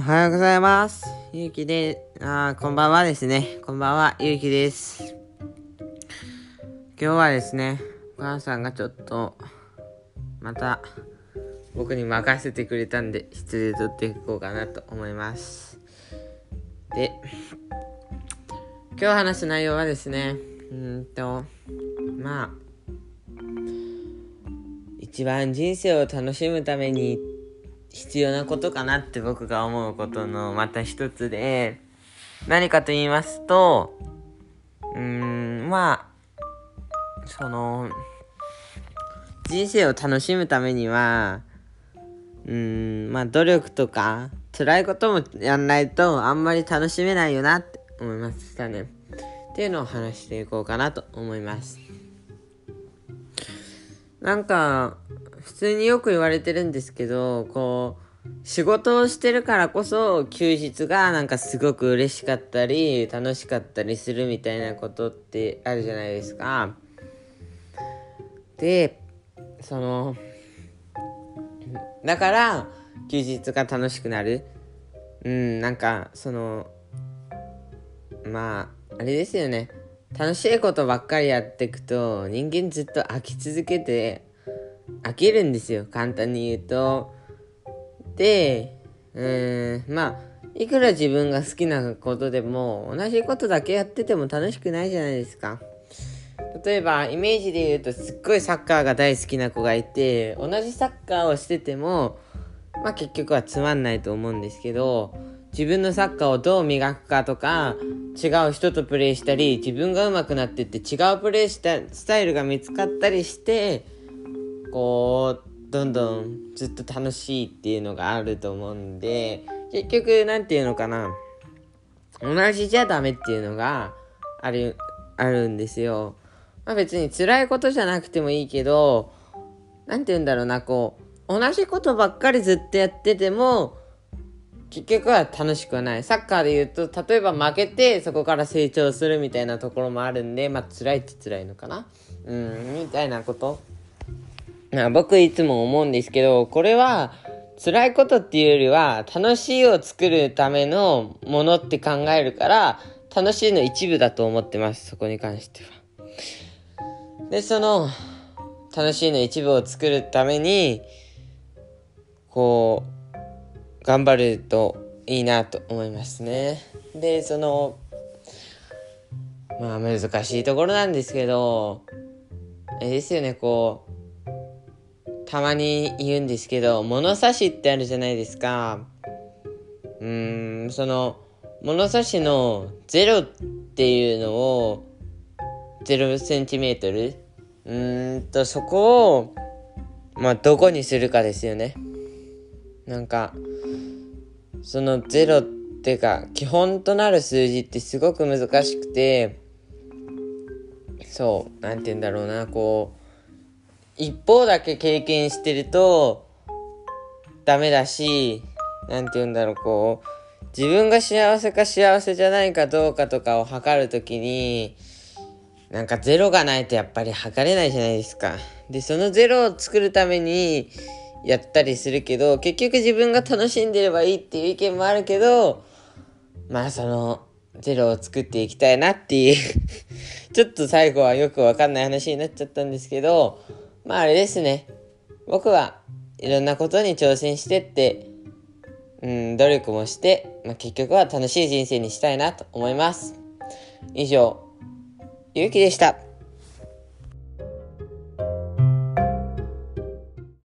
はようございます。ゆうきこんばんはですね。こんばんは、ゆうきです。今日はですね、お母さんがちょっと、また、僕に任せてくれたんで、失礼取っていこうかなと思います。で、今日話す内容はですね、一番人生を楽しむために必要なことかなって僕が思うことのまた一つで、何かと言いますと、人生を楽しむためには、努力とか辛いこともやんないとあんまり楽しめないよなって思いましたね。っていうのを話していこうかなと思います。なんか普通によく言われてるんですけど、仕事をしてるからこそ休日がなんかすごく嬉しかったり楽しかったりするみたいなことってあるじゃないですか。で、だから休日が楽しくなる。あれですよね。楽しいことばっかりやっていくと人間ずっと飽き続けて飽きるんですよ、簡単に言うと。で、いくら自分が好きなことでも同じことだけやってても楽しくないじゃないですか。例えばイメージで言うと、すっごいサッカーが大好きな子がいて、同じサッカーをしてても結局はつまんないと思うんですけど、自分のサッカーをどう磨くかとか、違う人とプレーしたり、自分が上手くなってって違うプレーしたスタイルが見つかったりして、どんどんずっと楽しいっていうのがあると思うんで、結局同じじゃダメっていうのがあるんですよ。別に辛いことじゃなくてもいいけど、同じことばっかりずっとやってても結局は楽しくはない。サッカーで言うと、例えば負けてそこから成長するみたいなところもあるんで、辛いって辛いのかな、みたいなこと、僕いつも思うんですけど、これは辛いことっていうよりは楽しいを作るためのものって考えるから、楽しいの一部だと思ってます、そこに関しては。で、その楽しいの一部を作るために頑張るといいなと思いますね。で、難しいところなんですけど、ですよね、たまに言うんですけど、物差しってあるじゃないですか。物差しの0っていうのを0センチメートル、そこをどこにするかですよね。その0っていうか基本となる数字ってすごく難しくて、一方だけ経験してるとダメだし、自分が幸せか幸せじゃないかどうかとかを測るときに、ゼロがないとやっぱり測れないじゃないですか。で、そのゼロを作るためにやったりするけど、結局自分が楽しんでればいいっていう意見もあるけど、そのゼロを作っていきたいなっていうちょっと最後はよくわかんない話になっちゃったんですけど、あれですね。僕はいろんなことに挑戦してって、努力もして、結局は楽しい人生にしたいなと思います。以上、ゆうきでした。